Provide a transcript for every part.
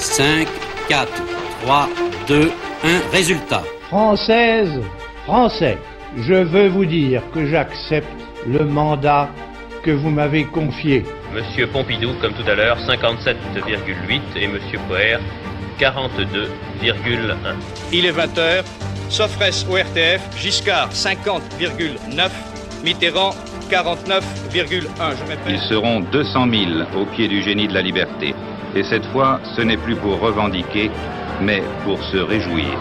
5, 4, 3, 2, 1, résultat. Françaises, Français, je veux vous dire que j'accepte le mandat que vous m'avez confié. Monsieur Pompidou, comme tout à l'heure, 57,8 et Monsieur Poher, 42,1. Il est 20h, Sofres au RTF, Giscard 50,9, Mitterrand 49,1. Ils seront 200 000 au pied du génie de la liberté. Et cette fois, ce n'est plus pour revendiquer, mais pour se réjouir.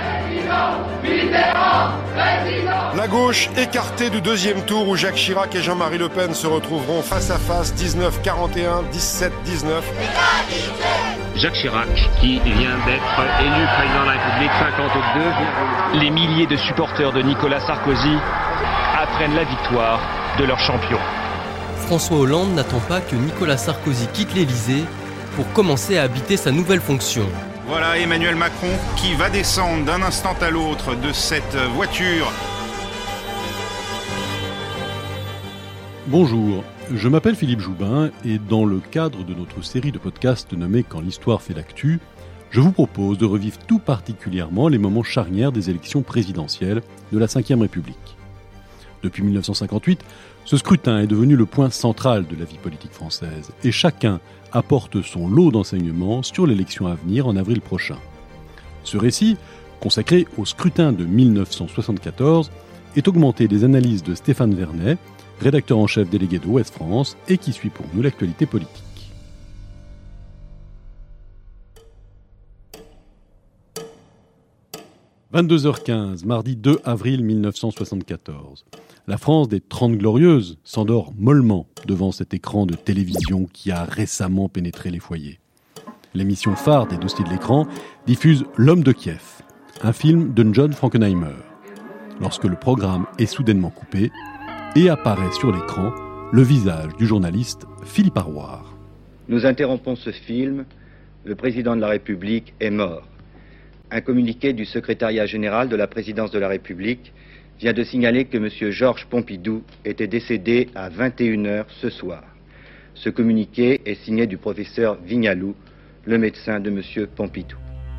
La gauche écartée du deuxième tour où Jacques Chirac et Jean-Marie Le Pen se retrouveront face à face 19-41, 17-19. Jacques Chirac, qui vient d'être élu président de la République, 52. Les milliers de supporters de Nicolas Sarkozy apprennent la victoire de leur champion. François Hollande n'attend pas que Nicolas Sarkozy quitte l'Élysée pour commencer à habiter sa nouvelle fonction. Voilà Emmanuel Macron qui va descendre d'un instant à l'autre de cette voiture. Bonjour, je m'appelle Philippe Joubin et dans le cadre de notre série de podcasts nommée Quand l'histoire fait l'actu, je vous propose de revivre tout particulièrement les moments charnières des élections présidentielles de la Ve République. Depuis 1958, ce scrutin est devenu le point central de la vie politique française et chacun apporte son lot d'enseignements sur l'élection à venir en avril prochain. Ce récit, consacré au scrutin de 1974, est augmenté des analyses de Stéphane Vernet, rédacteur en chef délégué de Ouest France et qui suit pour nous l'actualité politique. « 22h15, mardi 2 avril 1974. La France des 30 Glorieuses s'endort mollement devant cet écran de télévision qui a récemment pénétré les foyers. L'émission phare des dossiers de l'écran diffuse L'Homme de Kiev, un film de John Frankenheimer. Lorsque le programme est soudainement coupé et apparaît sur l'écran le visage du journaliste Philippe Arroir. Nous interrompons ce film. Le président de la République est mort. Un communiqué du secrétariat général de la présidence de la République vient de signaler que M. Georges Pompidou était décédé à 21h ce soir. Ce communiqué est signé du professeur Vignalou, le médecin de M. Pompidou.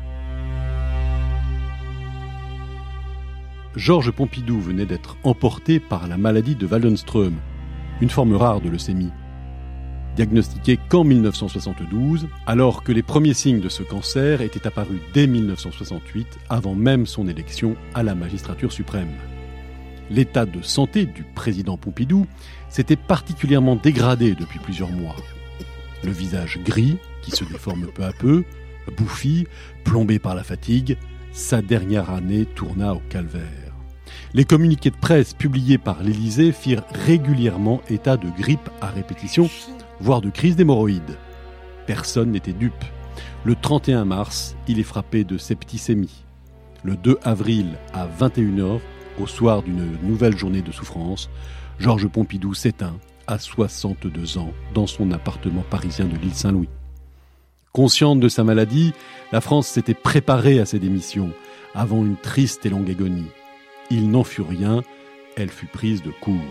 Georges Pompidou venait d'être emporté par la maladie de Waldenström, une forme rare de leucémie. Diagnostiqué qu'en 1972, alors que les premiers signes de ce cancer étaient apparus dès 1968, avant même son élection à la magistrature suprême. L'état de santé du président Pompidou s'était particulièrement dégradé depuis plusieurs mois. Le visage gris, qui se déforme peu à peu, bouffi, plombé par la fatigue, sa dernière année tourna au calvaire. Les communiqués de presse publiés par l'Élysée firent régulièrement état de grippe à répétition, voire de crise d'hémorroïdes. Personne n'était dupe. Le 31 mars, il est frappé de septicémie. Le 2 avril, à 21h, au soir d'une nouvelle journée de souffrance, Georges Pompidou s'éteint à 62 ans dans son appartement parisien de l'île Saint-Louis. Consciente de sa maladie, la France s'était préparée à ses démissions, avant une triste et longue agonie. Il n'en fut rien, elle fut prise de court.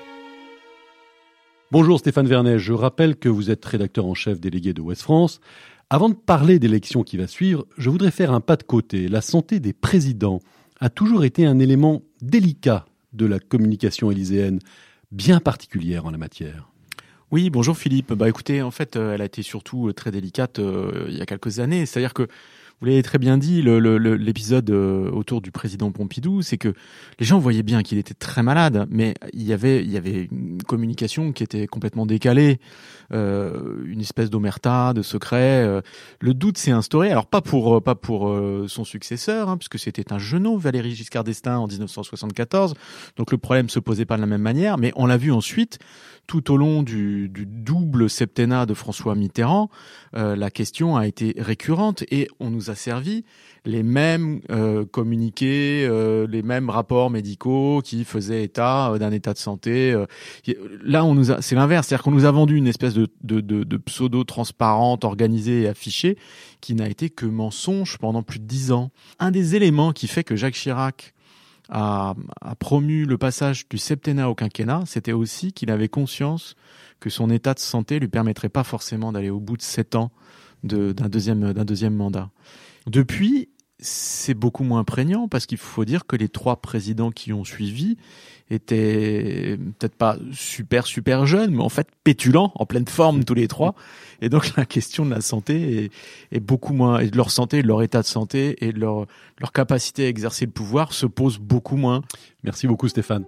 Bonjour Stéphane Vernet, je rappelle que vous êtes rédacteur en chef délégué de Ouest France. Avant de parler d'élection qui va suivre, je voudrais faire un pas de côté. La santé des présidents a toujours été un élément délicat de la communication élyséenne, bien particulière en la matière. Oui, bonjour Philippe. Écoutez, en fait, elle a été surtout très délicate il y a quelques années. C'est-à-dire que, vous l'avez très bien dit, l'épisode autour du président Pompidou, c'est que les gens voyaient bien qu'il était très malade, mais il y avait une communication qui était complètement décalée, une espèce d'omerta, de secret. Le doute s'est instauré, alors pas pour son successeur, puisque c'était un genou, Valéry Giscard d'Estaing, en 1974, donc le problème se posait pas de la même manière, mais on l'a vu ensuite, tout au long du double septennat de François Mitterrand, la question a été récurrente et on nous a servi les mêmes communiqués, les mêmes rapports médicaux qui faisaient état d'un état de santé. Là, c'est l'inverse, c'est-à-dire qu'on nous a vendu une espèce de pseudo-transparente organisée et affichée qui n'a été que mensonge pendant plus de 10 ans. Un des éléments qui fait que Jacques Chirac a promu le passage du septennat au quinquennat, c'était aussi qu'il avait conscience que son état de santé lui permettrait pas forcément d'aller au bout de 7 ans d'un deuxième mandat. Depuis, c'est beaucoup moins prégnant parce qu'il faut dire que les 3 présidents qui ont suivi étaient peut-être pas super jeunes, mais en fait pétulants, en pleine forme tous les 3. Et donc la question de la santé est beaucoup moins, et de leur santé, de leur état de santé et de leur capacité à exercer le pouvoir se pose beaucoup moins. Merci beaucoup Stéphane.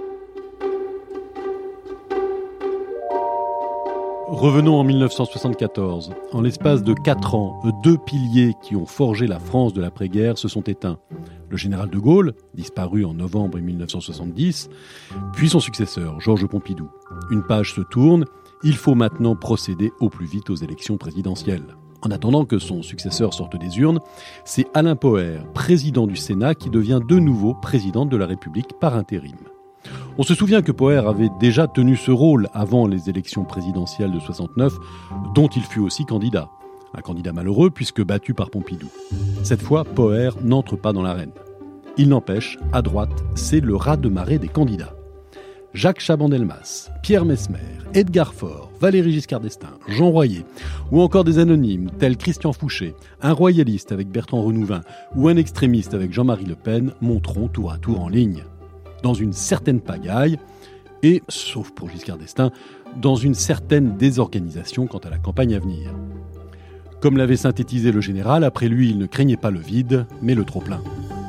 Revenons en 1974. En l'espace de 4 ans, 2 piliers qui ont forgé la France de l'après-guerre se sont éteints. Le général de Gaulle, disparu en novembre 1970, puis son successeur, Georges Pompidou. Une page se tourne, il faut maintenant procéder au plus vite aux élections présidentielles. En attendant que son successeur sorte des urnes, c'est Alain Poher, président du Sénat, qui devient de nouveau président de la République par intérim. On se souvient que Poher avait déjà tenu ce rôle avant les élections présidentielles de 69, dont il fut aussi candidat. Un candidat malheureux puisque battu par Pompidou. Cette fois, Poher n'entre pas dans l'arène. Il n'empêche, à droite, c'est le raz-de-marée des candidats. Jacques Chaban-Delmas, Pierre Messmer, Edgar Faure, Valéry Giscard d'Estaing, Jean Royer, ou encore des anonymes tels Christian Fouché, un royaliste avec Bertrand Renouvin ou un extrémiste avec Jean-Marie Le Pen monteront tour à tour en ligne. Dans une certaine pagaille, et, sauf pour Giscard d'Estaing, dans une certaine désorganisation quant à la campagne à venir. Comme l'avait synthétisé le général, après lui, il ne craignait pas le vide, mais le trop-plein.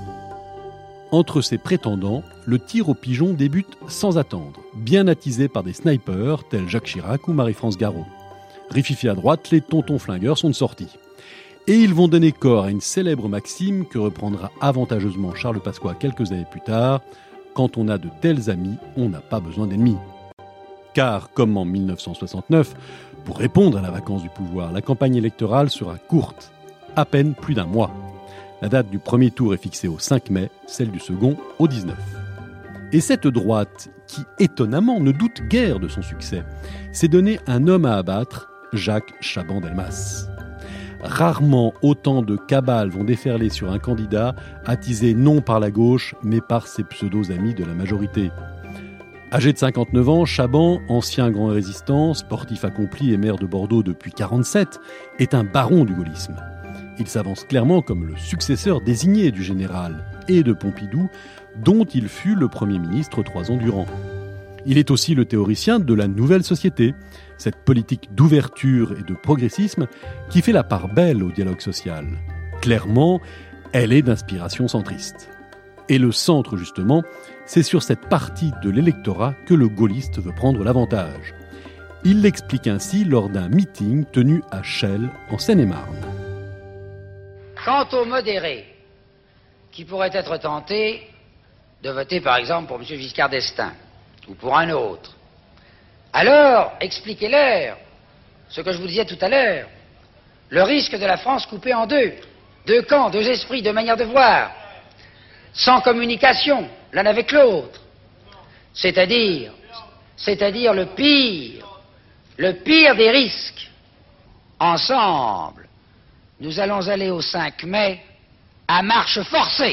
Entre ces prétendants, le tir au pigeon débute sans attendre, bien attisé par des snipers tels Jacques Chirac ou Marie-France Garot. Rififi à droite, les tontons flingueurs sont de sortie. Et ils vont donner corps à une célèbre maxime que reprendra avantageusement Charles Pasqua quelques années plus tard: quand on a de tels amis, on n'a pas besoin d'ennemis. Car, comme en 1969, pour répondre à la vacance du pouvoir, la campagne électorale sera courte, à peine plus d'un mois. La date du premier tour est fixée au 5 mai, celle du second au 19. Et cette droite, qui étonnamment ne doute guère de son succès, s'est donné un homme à abattre, Jacques Chaban-Delmas. Rarement autant de cabales vont déferler sur un candidat attisé non par la gauche, mais par ses pseudo-amis de la majorité. Âgé de 59 ans, Chaban, ancien grand résistant, sportif accompli et maire de Bordeaux depuis 1947, est un baron du gaullisme. Il s'avance clairement comme le successeur désigné du général et de Pompidou, dont il fut le Premier ministre 3 ans durant. Il est aussi le théoricien de la nouvelle société, cette politique d'ouverture et de progressisme qui fait la part belle au dialogue social. Clairement, elle est d'inspiration centriste. Et le centre, justement, c'est sur cette partie de l'électorat que le gaulliste veut prendre l'avantage. Il l'explique ainsi lors d'un meeting tenu à Chelles, en Seine-et-Marne. Quant aux modérés, qui pourraient être tentés de voter par exemple pour M. Giscard d'Estaing, ou pour un autre, alors expliquez-leur ce que je vous disais tout à l'heure, le risque de la France coupée en deux camps, 2 esprits, 2 manières de voir, sans communication l'un avec l'autre, c'est-à-dire le pire des risques. Ensemble, nous allons aller au 5 mai à marche forcée.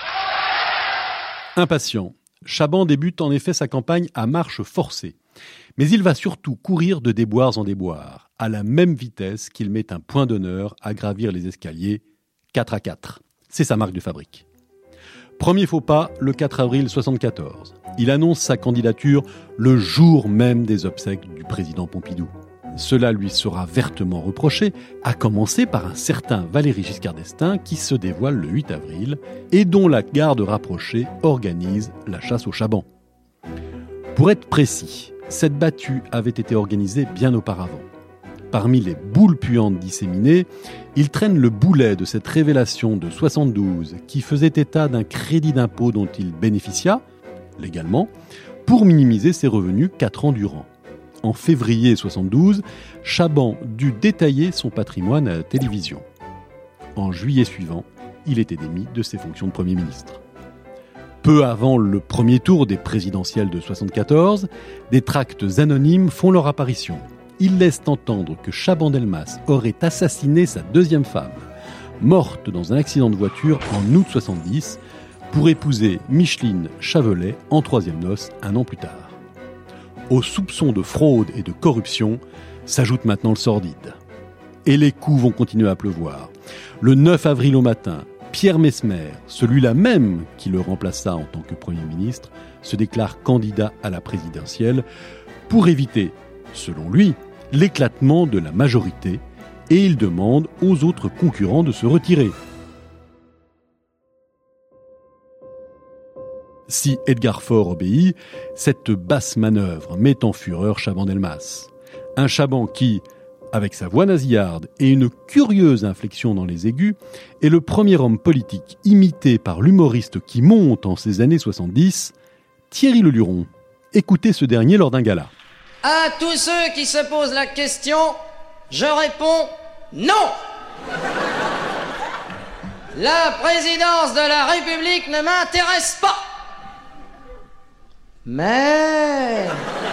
Impatient, Chaban débute en effet sa campagne à marche forcée. Mais il va surtout courir de déboires en déboires, à la même vitesse qu'il met un point d'honneur à gravir les escaliers, 4 à 4. C'est sa marque de fabrique. Premier faux pas, le 4 avril 1974. Il annonce sa candidature le jour même des obsèques du président Pompidou. Cela lui sera vertement reproché, à commencer par un certain Valéry Giscard d'Estaing qui se dévoile le 8 avril et dont la garde rapprochée organise la chasse au Chaban. Pour être précis, cette battue avait été organisée bien auparavant. Parmi les boules puantes disséminées, il traîne le boulet de cette révélation de 72 qui faisait état d'un crédit d'impôt dont il bénéficia, légalement, pour minimiser ses revenus 4 ans durant. En février 72, Chaban dut détailler son patrimoine à la télévision. En juillet suivant, il était démis de ses fonctions de Premier ministre. Peu avant le premier tour des présidentielles de 74, des tracts anonymes font leur apparition. Ils laissent entendre que Chaban-Delmas aurait assassiné sa 2e femme, morte dans un accident de voiture en août 70, pour épouser Micheline Chavelet en 3e noces 1 an plus tard. Aux soupçons de fraude et de corruption s'ajoute maintenant le sordide. Et les coups vont continuer à pleuvoir. Le 9 avril au matin, Pierre Messmer, celui-là même qui le remplaça en tant que Premier ministre, se déclare candidat à la présidentielle pour éviter, selon lui, l'éclatement de la majorité, et il demande aux autres concurrents de se retirer. Si Edgar Faure obéit, cette basse manœuvre met en fureur Chaban-Delmas. Un Chaban qui, avec sa voix nasillarde et une curieuse inflexion dans les aigus, est le premier homme politique imité par l'humoriste qui monte en ces années 70, Thierry Leluron. Écoutez ce dernier lors d'un gala. À tous ceux qui se posent la question, je réponds non. La présidence de la République ne m'intéresse pas. Mais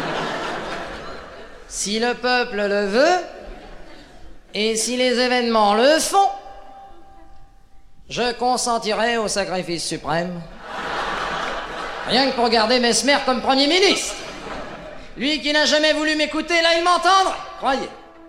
si le peuple le veut, et si les événements le font, je consentirai au sacrifice suprême. Rien que pour garder Messmer comme Premier ministre. Lui qui n'a jamais voulu m'écouter, là il m'entendre, croyez.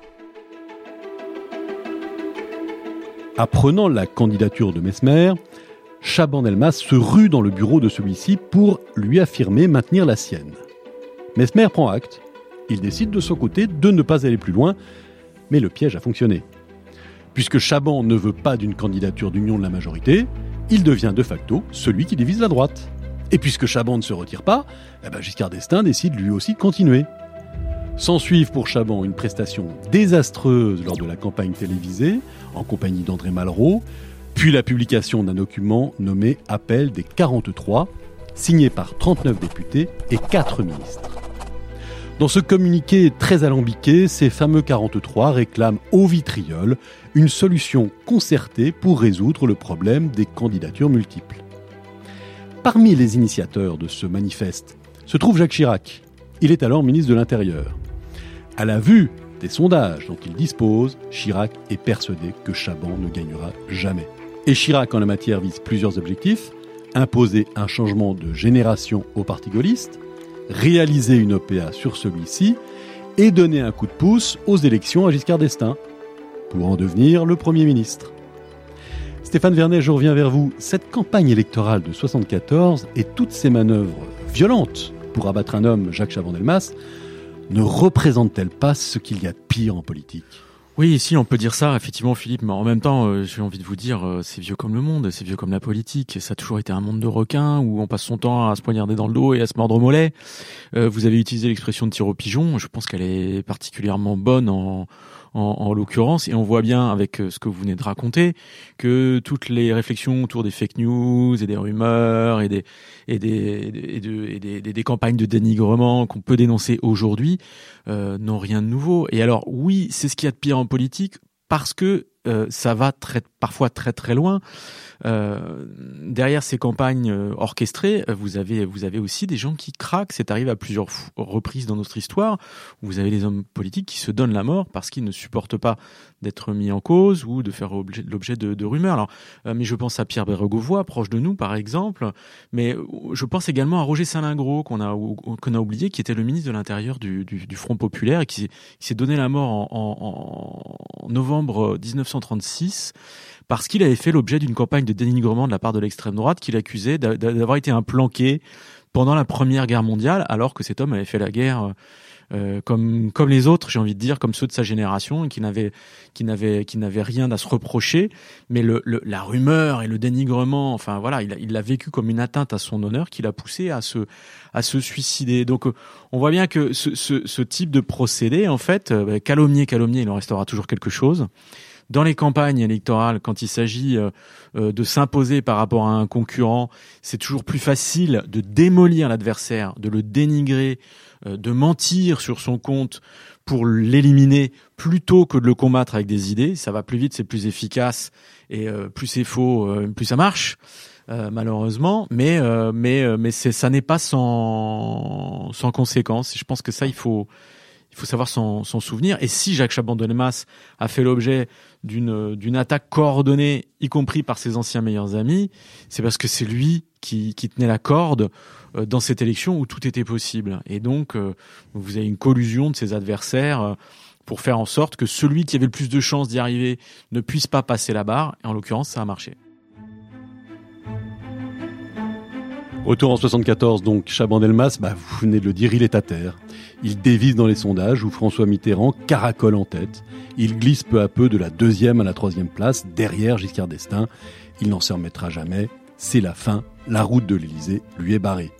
Apprenant la candidature de Messmer, Chaban-Delmas se rue dans le bureau de celui-ci pour lui affirmer maintenir la sienne. Messmer prend acte. Il décide de son côté de ne pas aller plus loin, mais le piège a fonctionné. Puisque Chaban ne veut pas d'une candidature d'union de la majorité, il devient de facto celui qui divise la droite. Et puisque Chaban ne se retire pas, Giscard d'Estaing décide lui aussi de continuer. S'ensuivent pour Chaban une prestation désastreuse lors de la campagne télévisée, en compagnie d'André Malraux, puis la publication d'un document nommé « Appel des 43 », signé par 39 députés et 4 ministres. Dans ce communiqué très alambiqué, ces fameux 43 réclament au vitriol une solution concertée pour résoudre le problème des candidatures multiples. Parmi les initiateurs de ce manifeste se trouve Jacques Chirac. Il est alors ministre de l'Intérieur. À la vue des sondages dont il dispose, Chirac est persuadé que Chaban ne gagnera jamais. Et Chirac, en la matière, vise plusieurs objectifs. Imposer un changement de génération au parti gaulliste, réaliser une OPA sur celui-ci et donner un coup de pouce aux élections à Giscard d'Estaing pour en devenir le Premier ministre. Stéphane Vernet, je reviens vers vous. Cette campagne électorale de 1974 et toutes ces manœuvres violentes pour abattre un homme, Jacques Chaban-Delmas, ne représentent-elles pas ce qu'il y a de pire en politique ? Oui, si, on peut dire ça, effectivement, Philippe, mais en même temps, j'ai envie de vous dire, c'est vieux comme le monde, c'est vieux comme la politique, ça a toujours été un monde de requins, où on passe son temps à se poignarder dans le dos et à se mordre au mollet. Vous avez utilisé l'expression de tir au pigeon, je pense qu'elle est particulièrement bonne en l'occurrence, et on voit bien avec ce que vous venez de raconter que toutes les réflexions autour des fake news et des rumeurs et des campagnes de dénigrement qu'on peut dénoncer aujourd'hui n'ont rien de nouveau. Et alors oui, c'est ce qu'il y a de pire en politique parce que ça va parfois très très loin. Derrière ces campagnes orchestrées, vous avez aussi des gens qui craquent. C'est arrivé à plusieurs reprises dans notre histoire. Vous avez des hommes politiques qui se donnent la mort parce qu'ils ne supportent pas d'être mis en cause ou de faire l'objet de rumeurs. Alors, mais je pense à Pierre Bérégovoy, proche de nous par exemple. Mais je pense également à Roger Salingro qu'on a oublié, qui était le ministre de l'Intérieur du Front populaire et qui s'est donné la mort en novembre 1936. Parce qu'il avait fait l'objet d'une campagne de dénigrement de la part de l'extrême droite qu'il accusait d'avoir été un planqué pendant la Première Guerre mondiale, alors que cet homme avait fait la guerre comme les autres, j'ai envie de dire, comme ceux de sa génération, et qui n'avaient rien à se reprocher. Mais la rumeur et le dénigrement, enfin voilà, il l'a vécu comme une atteinte à son honneur qui l'a poussé à se suicider. Donc on voit bien que ce type de procédé, en fait, calomnier, il en restera toujours quelque chose. Dans les campagnes électorales, quand il s'agit de s'imposer par rapport à un concurrent, c'est toujours plus facile de démolir l'adversaire, de le dénigrer, de mentir sur son compte pour l'éliminer plutôt que de le combattre avec des idées. Ça va plus vite, c'est plus efficace et plus c'est faux, plus ça marche. Malheureusement, mais ça n'est pas sans conséquence. Je pense que ça, il faut savoir s'en souvenir. Et si Jacques Chaban-Delmas a fait l'objet d'une attaque coordonnée, y compris par ses anciens meilleurs amis, c'est parce que c'est lui qui tenait la corde dans cette élection où tout était possible. Et donc, vous avez une collusion de ses adversaires pour faire en sorte que celui qui avait le plus de chances d'y arriver ne puisse pas passer la barre. Et en l'occurrence, ça a marché. Retour en 74, donc, Chaban-Delmas, vous venez de le dire, il est à terre. Il dévisse dans les sondages où François Mitterrand caracole en tête. Il glisse peu à peu de la 2e à la 3e place, derrière Giscard d'Estaing. Il n'en se remettra jamais. C'est la fin. La route de l'Élysée lui est barrée.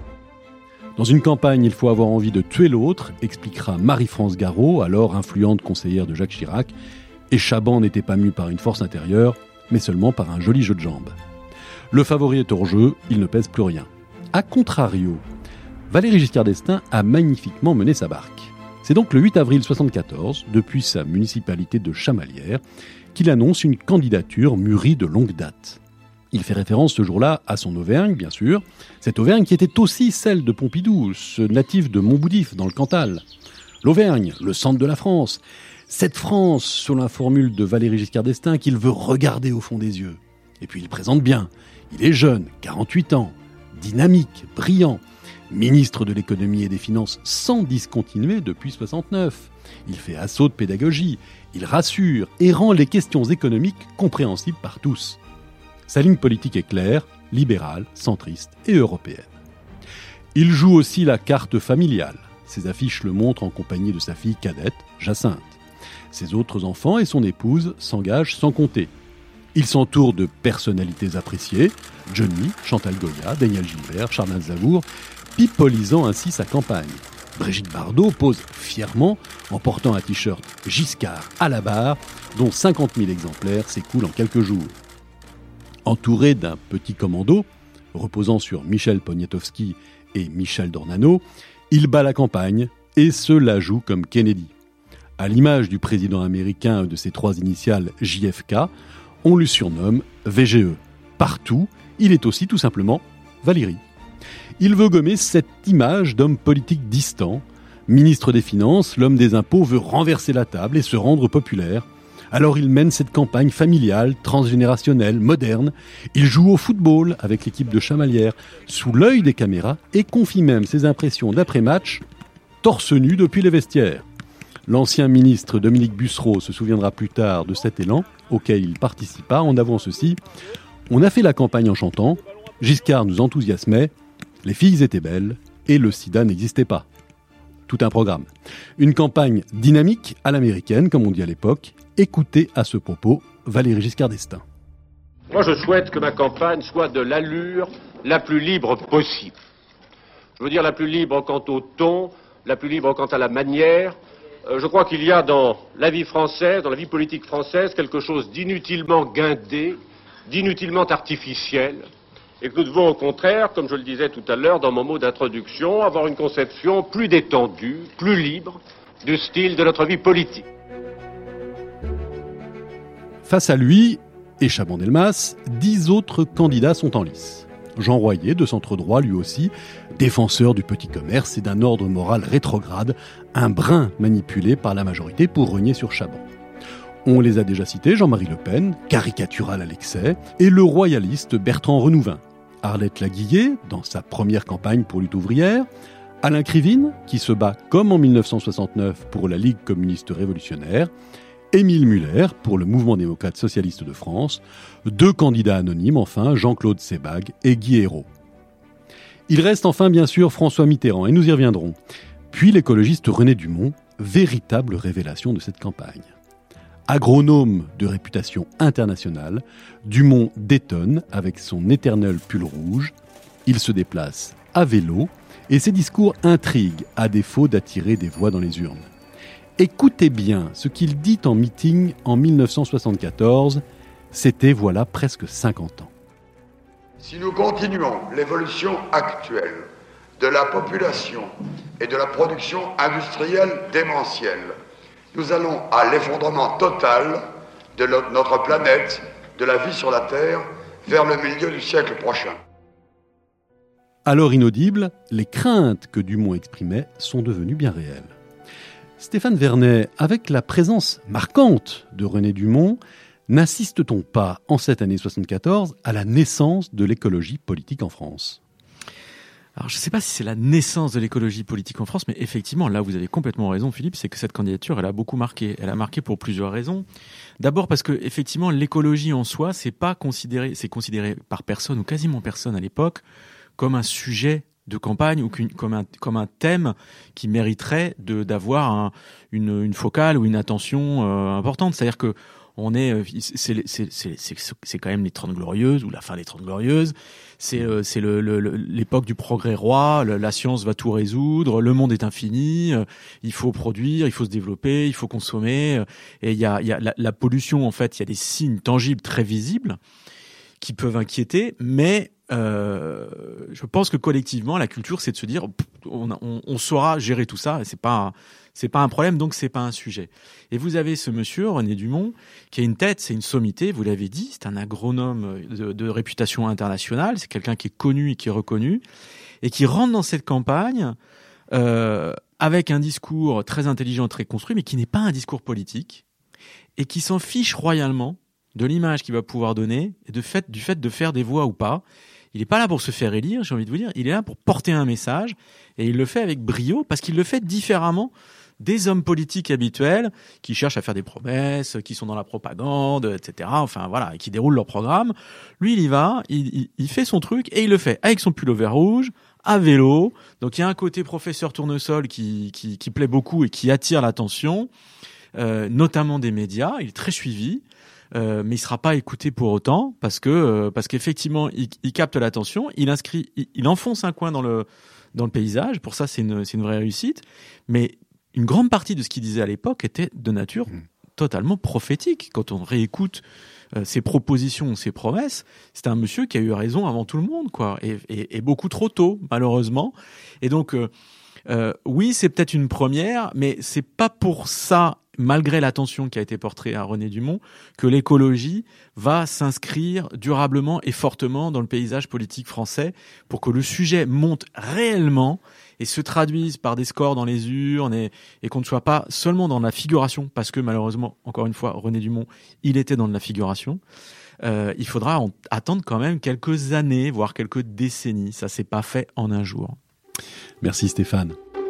Dans une campagne, il faut avoir envie de tuer l'autre, expliquera Marie-France Garot, alors influente conseillère de Jacques Chirac. Et Chaban n'était pas mu par une force intérieure, mais seulement par un joli jeu de jambes. Le favori est hors jeu, il ne pèse plus rien. A contrario, Valéry Giscard d'Estaing a magnifiquement mené sa barque. C'est donc le 8 avril 1974, depuis sa municipalité de Chamalières, qu'il annonce une candidature mûrie de longue date. Il fait référence ce jour-là à son Auvergne, bien sûr, cette Auvergne qui était aussi celle de Pompidou, ce natif de Montboudif, dans le Cantal. L'Auvergne, le centre de la France. Cette France, selon la formule de Valéry Giscard d'Estaing, qu'il veut regarder au fond des yeux. Et puis il présente bien. Il est jeune, 48 ans, dynamique, brillant, ministre de l'économie et des finances sans discontinuer depuis 69. Il fait assaut de pédagogie, il rassure et rend les questions économiques compréhensibles par tous. Sa ligne politique est claire, libérale, centriste et européenne. Il joue aussi la carte familiale. Ses affiches le montrent en compagnie de sa fille cadette, Jacinthe. Ses autres enfants et son épouse s'engagent sans compter. Il s'entoure de personnalités appréciées, Johnny, Chantal Goya, Daniel Gilbert, Charles Aznavour, pipolisant ainsi sa campagne. Brigitte Bardot pose fièrement en portant un t-shirt Giscard à la barre, dont 50 000 exemplaires s'écoulent en quelques jours. Entouré d'un petit commando, reposant sur Michel Poniatowski et Michel Dornano, il bat la campagne et se la joue comme Kennedy. À l'image du président américain de ses 3 initiales JFK, on le surnomme VGE. Partout, il est aussi tout simplement Valéry. Il veut gommer cette image d'homme politique distant. Ministre des Finances, l'homme des impôts veut renverser la table et se rendre populaire. Alors il mène cette campagne familiale, transgénérationnelle, moderne. Il joue au football avec l'équipe de Chamalières, sous l'œil des caméras, et confie même ses impressions d'après-match, torse nu depuis les vestiaires. L'ancien ministre Dominique Bussereau se souviendra plus tard de cet élan, auquel il participa en avouant ceci. On a fait la campagne en chantant, Giscard nous enthousiasmait, les filles étaient belles et le sida n'existait pas. Tout un programme. Une campagne dynamique à l'américaine, comme on dit à l'époque. Écoutez à ce propos Valéry Giscard d'Estaing. Moi je souhaite que ma campagne soit de l'allure la plus libre possible. Je veux dire la plus libre quant au ton, la plus libre quant à la manière. Je crois qu'il y a dans la vie française, dans la vie politique française, quelque chose d'inutilement guindé, d'inutilement artificiel, et que nous devons au contraire, comme je le disais tout à l'heure dans mon mot d'introduction, avoir une conception plus détendue, plus libre du style de notre vie politique. Face à lui, et Chaban-Delmas, 10 autres candidats sont en lice. Jean Royer, de centre-droit lui aussi, défenseur du petit commerce et d'un ordre moral rétrograde, un brin manipulé par la majorité pour renier sur Chaban. On les a déjà cités, Jean-Marie Le Pen, caricatural à l'excès, et le royaliste Bertrand Renouvin. Arlette Laguillet, dans sa première campagne pour lutte ouvrière, Alain Krivine, qui se bat comme en 1969 pour la Ligue communiste révolutionnaire, Émile Muller pour le Mouvement démocrate socialiste de France, 2 candidats anonymes enfin, Jean-Claude Sebag et Guy Hérault. Il reste enfin bien sûr François Mitterrand, et nous y reviendrons. Puis l'écologiste René Dumont, véritable révélation de cette campagne. Agronome de réputation internationale, Dumont détonne avec son éternel pull rouge. Il se déplace à vélo et ses discours intriguent à défaut d'attirer des voix dans les urnes. Écoutez bien ce qu'il dit en meeting en 1974, c'était voilà presque 50 ans. Si nous continuons l'évolution actuelle de la population et de la production industrielle démentielle, nous allons à l'effondrement total de notre planète, de la vie sur la Terre, vers le milieu du siècle prochain. Alors inaudibles, les craintes que Dumont exprimait sont devenues bien réelles. Stéphane Vernet, avec la présence marquante de René Dumont, n'assiste-t-on pas, en cette année 74, à la naissance de l'écologie politique en France ? Alors, je ne sais pas si c'est la naissance de l'écologie politique en France, mais effectivement, là, vous avez complètement raison, Philippe, c'est que cette candidature, elle a beaucoup marqué. Elle a marqué pour plusieurs raisons. D'abord parce que, effectivement, l'écologie en soi, c'est considéré par personne, ou quasiment personne à l'époque, comme un sujet de campagne ou comme un thème qui mériterait d'avoir une focale ou une attention importante. C'est-à-dire que c'est quand même les 30 Glorieuses ou la fin des 30 Glorieuses. C'est l'époque du progrès roi. La science va tout résoudre. Le monde est infini. Il faut produire, il faut se développer, il faut consommer. Et il y a la pollution. En fait, il y a des signes tangibles très visibles qui peuvent inquiéter, mais je pense que collectivement, la culture, c'est de se dire, on saura gérer tout ça. Et c'est pas un problème, donc c'est pas un sujet. Et vous avez ce monsieur, René Dumont, qui a une tête, c'est une sommité, vous l'avez dit, c'est un agronome de réputation internationale, c'est quelqu'un qui est connu et qui est reconnu, et qui rentre dans cette campagne avec un discours très intelligent, très construit, mais qui n'est pas un discours politique, et qui s'en fiche royalement de l'image qu'il va pouvoir donner, et du fait de faire des voix ou pas. Il n'est pas là pour se faire élire, j'ai envie de vous dire, il est là pour porter un message, et il le fait avec brio, parce qu'il le fait différemment des hommes politiques habituels qui cherchent à faire des promesses, qui sont dans la propagande, etc. Enfin voilà, et qui déroulent leur programme. Lui, il y va, il fait son truc, et il le fait avec son pull vert rouge, à vélo. Donc il y a un côté professeur tournesol qui plaît beaucoup et qui attire l'attention, notamment des médias. Il est très suivi. Mais il sera pas écouté pour autant parce qu'effectivement il capte l'attention, il enfonce un coin dans le paysage. Pour ça, c'est une vraie réussite. Mais une grande partie de ce qu'il disait à l'époque était de nature totalement prophétique. Quand on réécoute ses propositions, ses promesses, c'est un monsieur qui a eu raison avant tout le monde, quoi, et beaucoup trop tôt, malheureusement. Et donc oui, c'est peut-être une première, mais c'est pas pour ça, malgré l'attention qui a été portée à René Dumont, que l'écologie va s'inscrire durablement et fortement dans le paysage politique français pour que le sujet monte réellement et se traduise par des scores dans les urnes et qu'on ne soit pas seulement dans la figuration, parce que malheureusement, encore une fois, René Dumont, il était dans de la figuration. Il faudra attendre quand même quelques années, voire quelques décennies. Ça s'est pas fait en un jour. Merci Stéphane.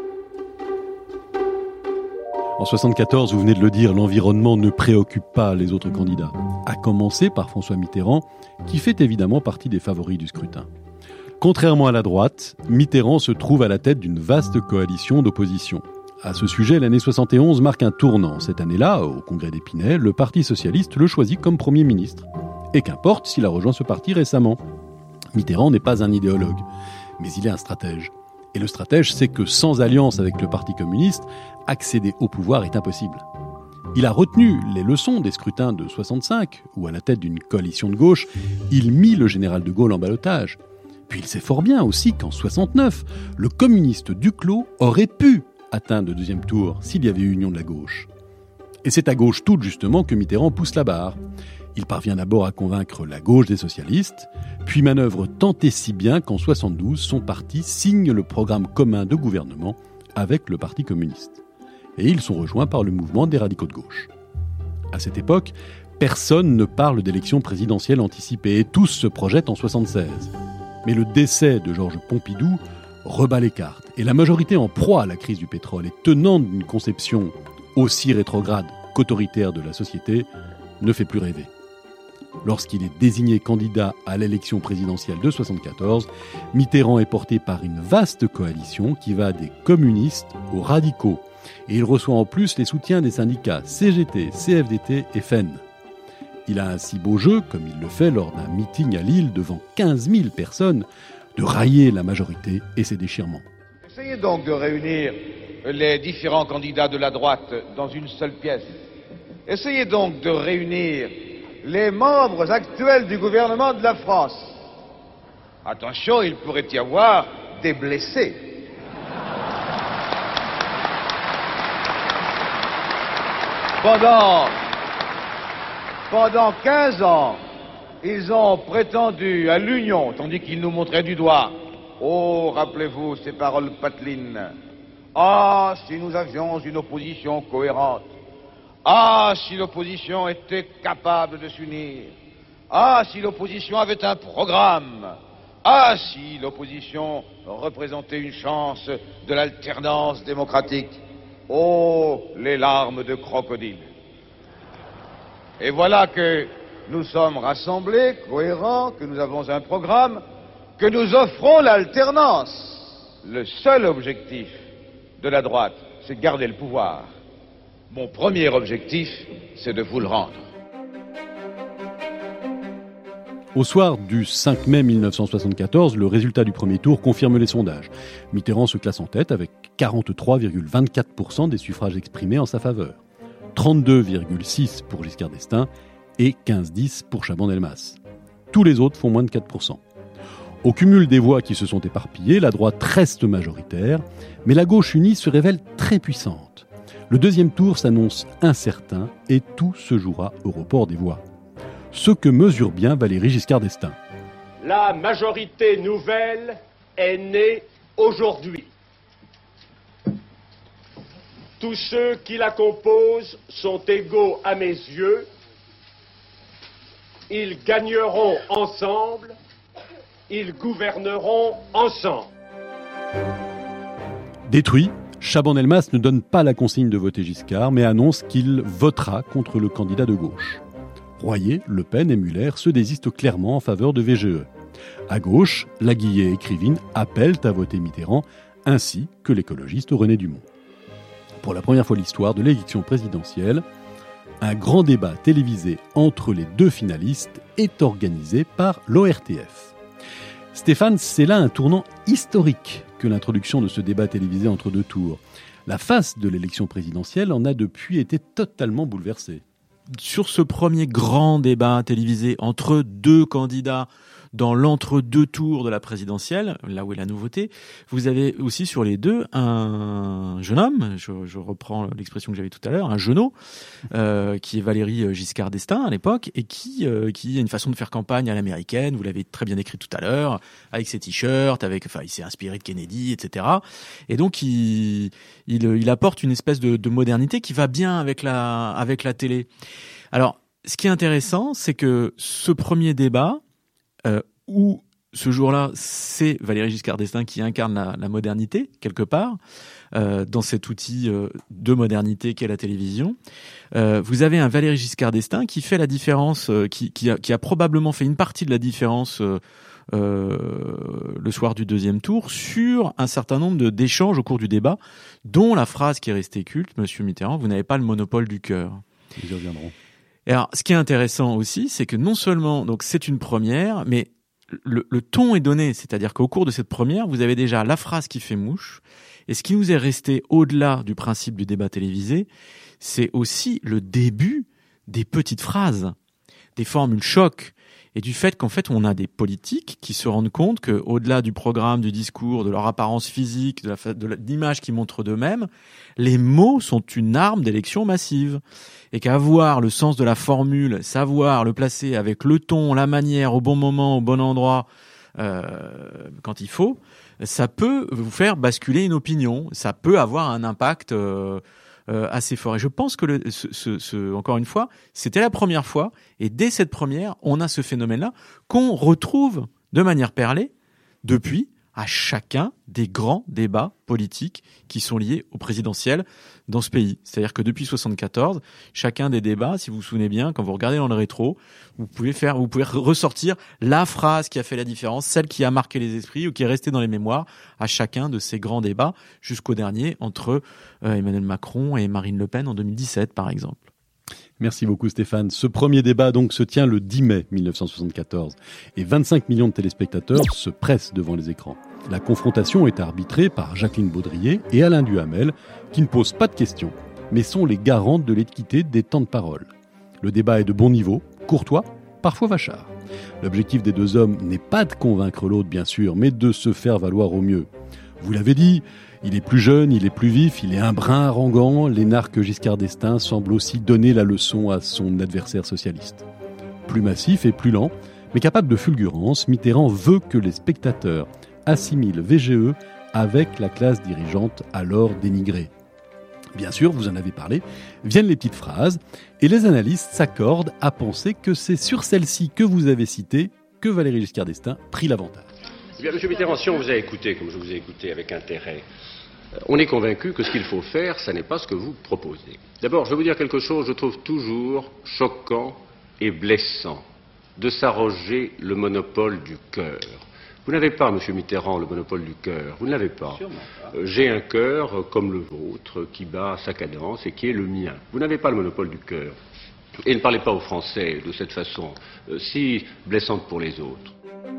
En 1974, vous venez de le dire, l'environnement ne préoccupe pas les autres candidats. À commencer par François Mitterrand, qui fait évidemment partie des favoris du scrutin. Contrairement à la droite, Mitterrand se trouve à la tête d'une vaste coalition d'opposition. À ce sujet, l'année 71 marque un tournant. Cette année-là, au congrès d'Épinay, le Parti socialiste le choisit comme Premier ministre. Et qu'importe s'il a rejoint ce parti récemment. Mitterrand n'est pas un idéologue, mais il est un stratège. Et le stratège sait que sans alliance avec le Parti communiste, accéder au pouvoir est impossible. Il a retenu les leçons des scrutins de 65, où à la tête d'une coalition de gauche, il mit le général de Gaulle en ballottage. Puis il sait fort bien aussi qu'en 69, le communiste Duclos aurait pu atteindre le deuxième tour s'il y avait eu union de la gauche. Et c'est à gauche toute justement que Mitterrand pousse la barre. Il parvient d'abord à convaincre la gauche des socialistes, puis manœuvre tant et si bien qu'en 72, son parti signe le programme commun de gouvernement avec le Parti communiste. Et ils sont rejoints par le mouvement des radicaux de gauche. À cette époque, personne ne parle d'élection présidentielle anticipée et tous se projettent en 76. Mais le décès de Georges Pompidou rebat les cartes et la majorité en proie à la crise du pétrole et tenante d'une conception aussi rétrograde qu'autoritaire de la société ne fait plus rêver. Lorsqu'il est désigné candidat à l'élection présidentielle de 1974, Mitterrand est porté par une vaste coalition qui va des communistes aux radicaux. Et il reçoit en plus les soutiens des syndicats CGT, CFDT et FEN. Il a un si beau jeu, comme il le fait lors d'un meeting à Lille devant 15 000 personnes, de railler la majorité et ses déchirements. Essayez donc de réunir les différents candidats de la droite dans une seule pièce. Essayez donc de réunir les membres actuels du gouvernement de la France. Attention, il pourrait y avoir des blessés. Pendant 15 ans, ils ont prétendu à l'union, tandis qu'ils nous montraient du doigt. Oh, rappelez-vous ces paroles patelines. Ah, si nous avions une opposition cohérente. Ah, si l'opposition était capable de s'unir. Ah, si l'opposition avait un programme. Ah si l'opposition représentait une chance de l'alternance démocratique. Oh, les larmes de crocodile. Et voilà que nous sommes rassemblés, cohérents, que nous avons un programme, que nous offrons l'alternance. Le seul objectif de la droite, c'est de garder le pouvoir. Mon premier objectif, c'est de vous le rendre. Au soir du 5 mai 1974, le résultat du premier tour confirme les sondages. Mitterrand se classe en tête avec 43,24% des suffrages exprimés en sa faveur. 32,6% pour Giscard d'Estaing et 15,10% pour Chaban-Delmas. Tous les autres font moins de 4%. Au cumul des voix qui se sont éparpillées, la droite reste majoritaire, mais la gauche unie se révèle très puissante. Le deuxième tour s'annonce incertain et tout se jouera au report des voix. Ce que mesure bien Valéry Giscard d'Estaing. La majorité nouvelle est née aujourd'hui. Tous ceux qui la composent sont égaux à mes yeux. Ils gagneront ensemble. Ils gouverneront ensemble. Détruit, Chaban-Delmas ne donne pas la consigne de voter Giscard, mais annonce qu'il votera contre le candidat de gauche. Royer, Le Pen et Muller se désistent clairement en faveur de VGE. À gauche, Laguillet et Krivine appellent à voter Mitterrand, ainsi que l'écologiste René Dumont. Pour la première fois de l'histoire de l'élection présidentielle, un grand débat télévisé entre les deux finalistes est organisé par l'ORTF. Stéphane, c'est là un tournant historique que l'introduction de ce débat télévisé entre deux tours. La face de l'élection présidentielle en a depuis été totalement bouleversée. Sur ce premier grand débat télévisé entre deux candidats dans l'entre-deux tours de la présidentielle, là où est la nouveauté, vous avez aussi sur les deux un jeune homme, je reprends l'expression que j'avais tout à l'heure, un jeuneau, qui est Valéry Giscard d'Estaing à l'époque, et qui a une façon de faire campagne à l'américaine, vous l'avez très bien écrit tout à l'heure, avec ses t-shirts, il s'est inspiré de Kennedy, etc. Et donc il apporte une espèce de modernité qui va bien avec la télé. Alors, ce qui est intéressant, c'est que ce premier débat, où ce jour-là, c'est Valéry Giscard d'Estaing qui incarne la modernité, quelque part, dans cet outil de modernité qu'est la télévision. Vous avez un Valéry Giscard d'Estaing qui fait la différence, qui a probablement fait une partie de la différence le soir du deuxième tour sur un certain nombre d'échanges au cours du débat, dont la phrase qui est restée culte, Monsieur Mitterrand, vous n'avez pas le monopole du cœur. Ils y reviendront. Et alors, ce qui est intéressant aussi, c'est que non seulement, donc c'est une première, mais le ton est donné, c'est-à-dire qu'au cours de cette première, vous avez déjà la phrase qui fait mouche, et ce qui nous est resté au-delà du principe du débat télévisé, c'est aussi le début des petites phrases, des formules chocs, et du fait qu'en fait, on a des politiques qui se rendent compte qu'au-delà du programme, du discours, de leur apparence physique, de l'image qu'ils montrent d'eux-mêmes, les mots sont une arme d'élection massive. Et qu'avoir le sens de la formule, savoir le placer avec le ton, la manière, au bon moment, au bon endroit, quand il faut, ça peut vous faire basculer une opinion. Ça peut avoir un impact assez fort. Et je pense que encore une fois, c'était la première fois, et dès cette première, on a ce phénomène-là qu'on retrouve de manière perlée depuis à chacun des grands débats politiques qui sont liés au présidentiel dans ce pays. C'est-à-dire que depuis 1974, chacun des débats, si vous vous souvenez bien, quand vous regardez dans le rétro, vous pouvez ressortir la phrase qui a fait la différence, celle qui a marqué les esprits ou qui est restée dans les mémoires à chacun de ces grands débats, jusqu'au dernier entre Emmanuel Macron et Marine Le Pen en 2017, par exemple. Merci beaucoup Stéphane. Ce premier débat donc se tient le 10 mai 1974 et 25 millions de téléspectateurs se pressent devant les écrans. La confrontation est arbitrée par Jacqueline Baudrier et Alain Duhamel qui ne posent pas de questions mais sont les garantes de l'équité des temps de parole. Le débat est de bon niveau, courtois, parfois vachard. L'objectif des deux hommes n'est pas de convaincre l'autre bien sûr, mais de se faire valoir au mieux. Vous l'avez dit, il est plus jeune, il est plus vif, il est un brin arrogant. L'énarque Giscard d'Estaing semble aussi donner la leçon à son adversaire socialiste. Plus massif et plus lent, mais capable de fulgurance, Mitterrand veut que les spectateurs assimilent VGE avec la classe dirigeante alors dénigrée. Bien sûr, vous en avez parlé, viennent les petites phrases, et les analystes s'accordent à penser que c'est sur celle-ci que vous avez citée que Valéry Giscard d'Estaing prit l'avantage. Eh bien, M. Mitterrand, si on vous a écouté, comme je vous ai écouté avec intérêt, on est convaincu que ce qu'il faut faire, ça n'est pas ce que vous proposez. D'abord, je vais vous dire quelque chose, je trouve toujours choquant et blessant de s'arroger le monopole du cœur. Vous n'avez pas, M. Mitterrand, le monopole du cœur. Vous ne l'avez pas. J'ai un cœur comme le vôtre, qui bat à sa cadence et qui est le mien. Vous n'avez pas le monopole du cœur. Et ne parlez pas aux Français de cette façon, si blessante pour les autres.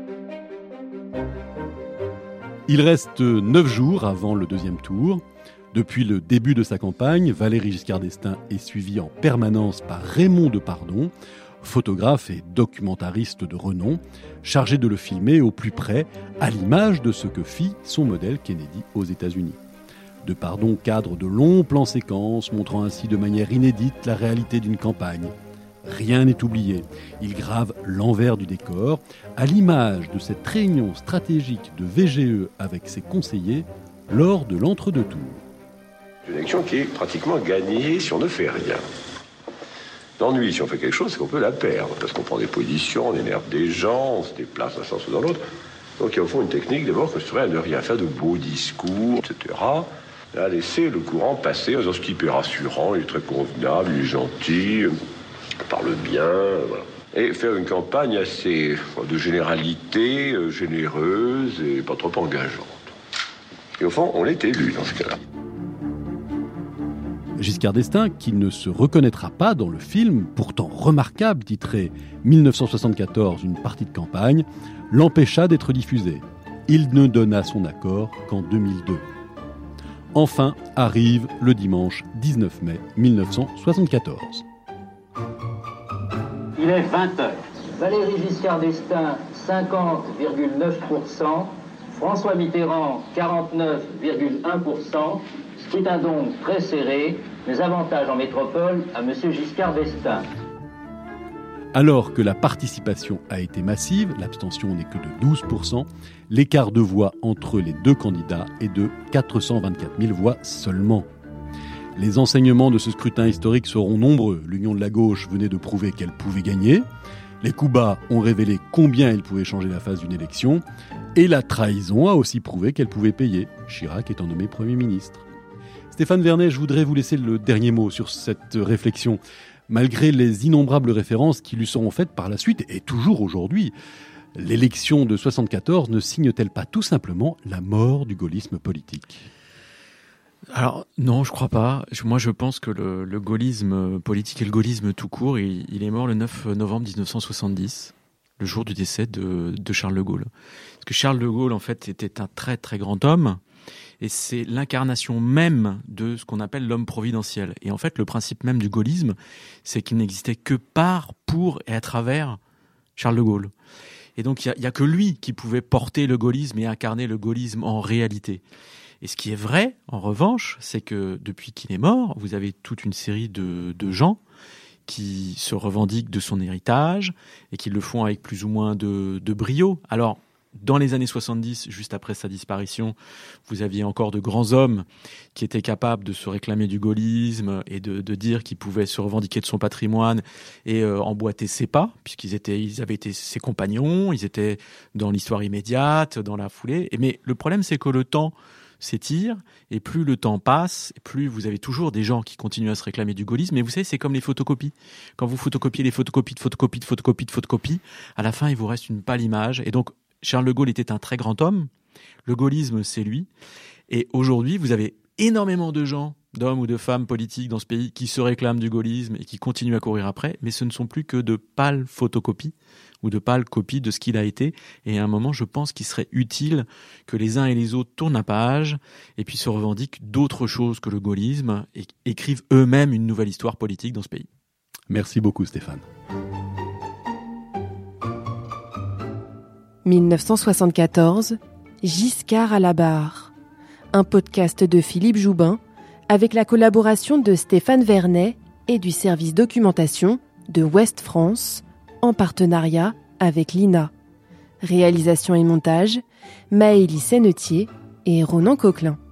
Il reste 9 jours avant le deuxième tour. Depuis le début de sa campagne, Valéry Giscard d'Estaing est suivi en permanence par Raymond Depardon, photographe et documentariste de renom, chargé de le filmer au plus près, à l'image de ce que fit son modèle Kennedy aux États-Unis. Depardon cadre de longs plans séquences, montrant ainsi de manière inédite la réalité d'une campagne. Rien n'est oublié. Il grave l'envers du décor, à l'image de cette réunion stratégique de VGE avec ses conseillers lors de l'entre-deux-tours. Une élection qui est pratiquement gagnée si on ne fait rien. L'ennui, si on fait quelque chose, c'est qu'on peut la perdre, parce qu'on prend des positions, on énerve des gens, on se déplace d'un sens ou dans l'autre. Donc il y a au fond une technique d'abord que serait à ne rien faire de beaux discours, etc. Et à laisser le courant passer en disant ce type est rassurant, il est très convenable, il est gentil, il parle bien, voilà. Et faire une campagne assez de généralité, généreuse et pas trop engageante. Et au fond, on est élu dans ce cas-là. Giscard d'Estaing, qui ne se reconnaîtra pas dans le film, pourtant remarquable, titré 1974, une partie de campagne, l'empêcha d'être diffusé. Il ne donna son accord qu'en 2002. Enfin arrive le dimanche 19 mai 1974. Il est 20h. Valéry Giscard d'Estaing, 50,9%. François Mitterrand, 49,1%. Scrutin donc très serré, mais avantage en métropole à M. Giscard d'Estaing. Alors que la participation a été massive, l'abstention n'est que de 12%, l'écart de voix entre les deux candidats est de 424 000 voix seulement. Les enseignements de ce scrutin historique seront nombreux. L'Union de la gauche venait de prouver qu'elle pouvait gagner. Les coups bas ont révélé combien il pouvait changer la phase d'une élection. Et la trahison a aussi prouvé qu'elle pouvait payer, Chirac étant nommé Premier ministre. Stéphane Vernet, je voudrais vous laisser le dernier mot sur cette réflexion. Malgré les innombrables références qui lui seront faites par la suite, et toujours aujourd'hui, l'élection de 1974 ne signe-t-elle pas tout simplement la mort du gaullisme politique ? Alors non, je crois pas. Moi, je pense que le gaullisme politique et le gaullisme tout court, il est mort le 9 novembre 1970, le jour du décès de Charles de Gaulle. Parce que Charles de Gaulle, en fait, était un très très grand homme, et c'est l'incarnation même de ce qu'on appelle l'homme providentiel. Et en fait, le principe même du gaullisme, c'est qu'il n'existait que par, pour et à travers Charles de Gaulle. Et donc, il y a que lui qui pouvait porter le gaullisme et incarner le gaullisme en réalité. Et ce qui est vrai, en revanche, c'est que depuis qu'il est mort, vous avez toute une série de gens qui se revendiquent de son héritage et qui le font avec plus ou moins de brio. Alors, dans les années 70, juste après sa disparition, vous aviez encore de grands hommes qui étaient capables de se réclamer du gaullisme et de dire qu'ils pouvaient se revendiquer de son patrimoine et emboîter ses pas, puisqu'ils avaient été ses compagnons, ils étaient dans l'histoire immédiate, dans la foulée. Mais le problème, c'est que le temps s'étire, et plus le temps passe, et plus vous avez toujours des gens qui continuent à se réclamer du gaullisme. Mais vous savez, c'est comme les photocopies. Quand vous photocopiez les photocopies de photocopies de photocopies de photocopies, à la fin, il vous reste une pâle image. Et donc, Charles de Gaulle était un très grand homme. Le gaullisme, c'est lui. Et aujourd'hui, vous avez énormément de gens, d'hommes ou de femmes politiques dans ce pays qui se réclament du gaullisme et qui continuent à courir après, mais ce ne sont plus que de pâles photocopies ou de pâles copies de ce qu'il a été. Et à un moment, je pense qu'il serait utile que les uns et les autres tournent la page et puis se revendiquent d'autres choses que le gaullisme et écrivent eux-mêmes une nouvelle histoire politique dans ce pays. Merci beaucoup, Stéphane. 1974, Giscard à la barre. Un podcast de Philippe Joubin avec la collaboration de Stéphane Vernet et du service documentation de Ouest France en partenariat avec l'INA. Réalisation et montage, Maëlys Sennetier et Ronan Coquelin.